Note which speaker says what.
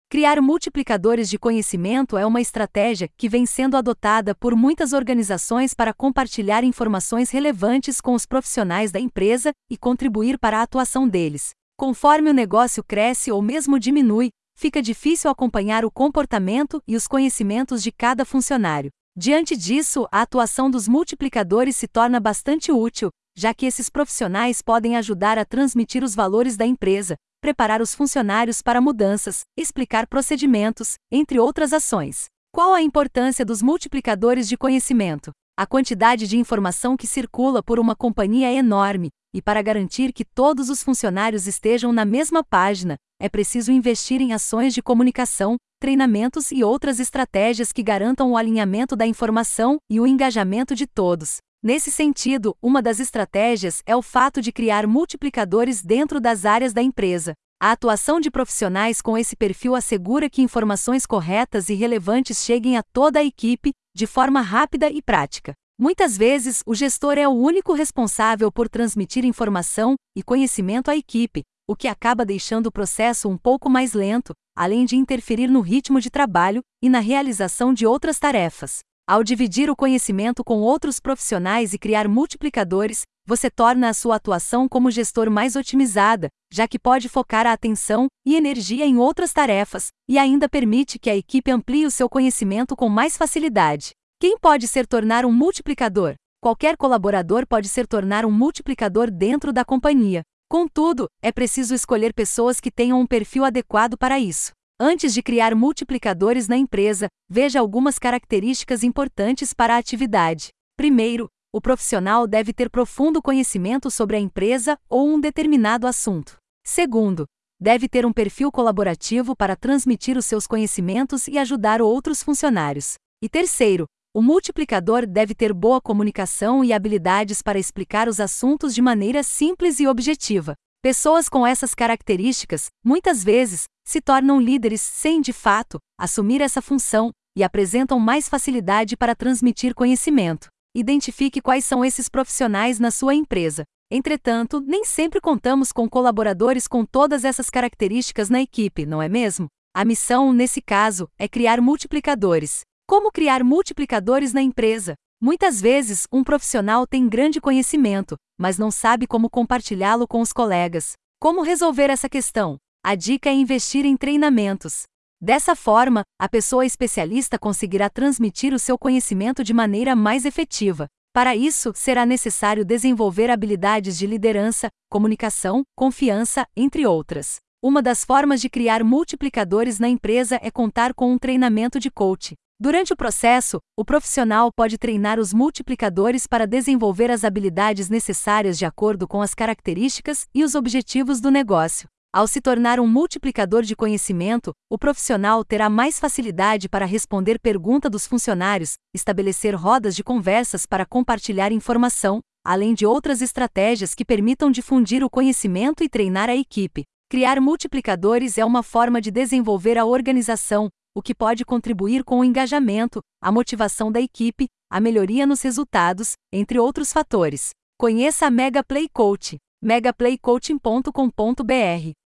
Speaker 1: Criar multiplicadores de conhecimento é uma estratégia que vem sendo adotada por muitas organizações para compartilhar informações relevantes com os profissionais da empresa e contribuir para a atuação deles. Conforme o negócio cresce ou mesmo diminui, fica difícil acompanhar o comportamento e os conhecimentos de cada funcionário. Diante disso, a atuação dos multiplicadores se torna bastante útil, já que esses profissionais podem ajudar a transmitir os valores da empresa, preparar os funcionários para mudanças, explicar procedimentos, entre outras ações. Qual a importância dos multiplicadores de conhecimento? A quantidade de informação que circula por uma companhia é enorme, e para garantir que todos os funcionários estejam na mesma página, é preciso investir em ações de comunicação, treinamentos e outras estratégias que garantam o alinhamento da informação e o engajamento de todos. Nesse sentido, uma das estratégias é o fato de criar multiplicadores dentro das áreas da empresa. A atuação de profissionais com esse perfil assegura que informações corretas e relevantes cheguem a toda a equipe, de forma rápida e prática. Muitas vezes, o gestor é o único responsável por transmitir informação e conhecimento à equipe, o que acaba deixando o processo um pouco mais lento, além de interferir no ritmo de trabalho e na realização de outras tarefas. Ao dividir o conhecimento com outros profissionais e criar multiplicadores, você torna a sua atuação como gestor mais otimizada, já que pode focar a atenção e energia em outras tarefas, e ainda permite que a equipe amplie o seu conhecimento com mais facilidade. Quem pode se tornar um multiplicador? Qualquer colaborador pode se tornar um multiplicador dentro da companhia. Contudo, é preciso escolher pessoas que tenham um perfil adequado para isso. Antes de criar multiplicadores na empresa, veja algumas características importantes para a atividade. Primeiro, o profissional deve ter profundo conhecimento sobre a empresa ou um determinado assunto. Segundo, deve ter um perfil colaborativo para transmitir os seus conhecimentos e ajudar outros funcionários. E terceiro, o multiplicador deve ter boa comunicação e habilidades para explicar os assuntos de maneira simples e objetiva. Pessoas com essas características, muitas vezes, se tornam líderes sem, de fato, assumir essa função e apresentam mais facilidade para transmitir conhecimento. Identifique quais são esses profissionais na sua empresa. Entretanto, nem sempre contamos com colaboradores com todas essas características na equipe, não é mesmo? A missão, nesse caso, é criar multiplicadores. Como criar multiplicadores na empresa? Muitas vezes, um profissional tem grande conhecimento, mas não sabe como compartilhá-lo com os colegas. Como resolver essa questão? A dica é investir em treinamentos. Dessa forma, a pessoa especialista conseguirá transmitir o seu conhecimento de maneira mais efetiva. Para isso, será necessário desenvolver habilidades de liderança, comunicação, confiança, entre outras. Uma das formas de criar multiplicadores na empresa é contar com um treinamento de coach. Durante o processo, o profissional pode treinar os multiplicadores para desenvolver as habilidades necessárias de acordo com as características e os objetivos do negócio. Ao se tornar um multiplicador de conhecimento, o profissional terá mais facilidade para responder perguntas dos funcionários, estabelecer rodas de conversas para compartilhar informação, além de outras estratégias que permitam difundir o conhecimento e treinar a equipe. Criar multiplicadores é uma forma de desenvolver a organização, o que pode contribuir com o engajamento, a motivação da equipe, a melhoria nos resultados, entre outros fatores. Conheça a Mega Play Coach, megaplaycoaching.com.br.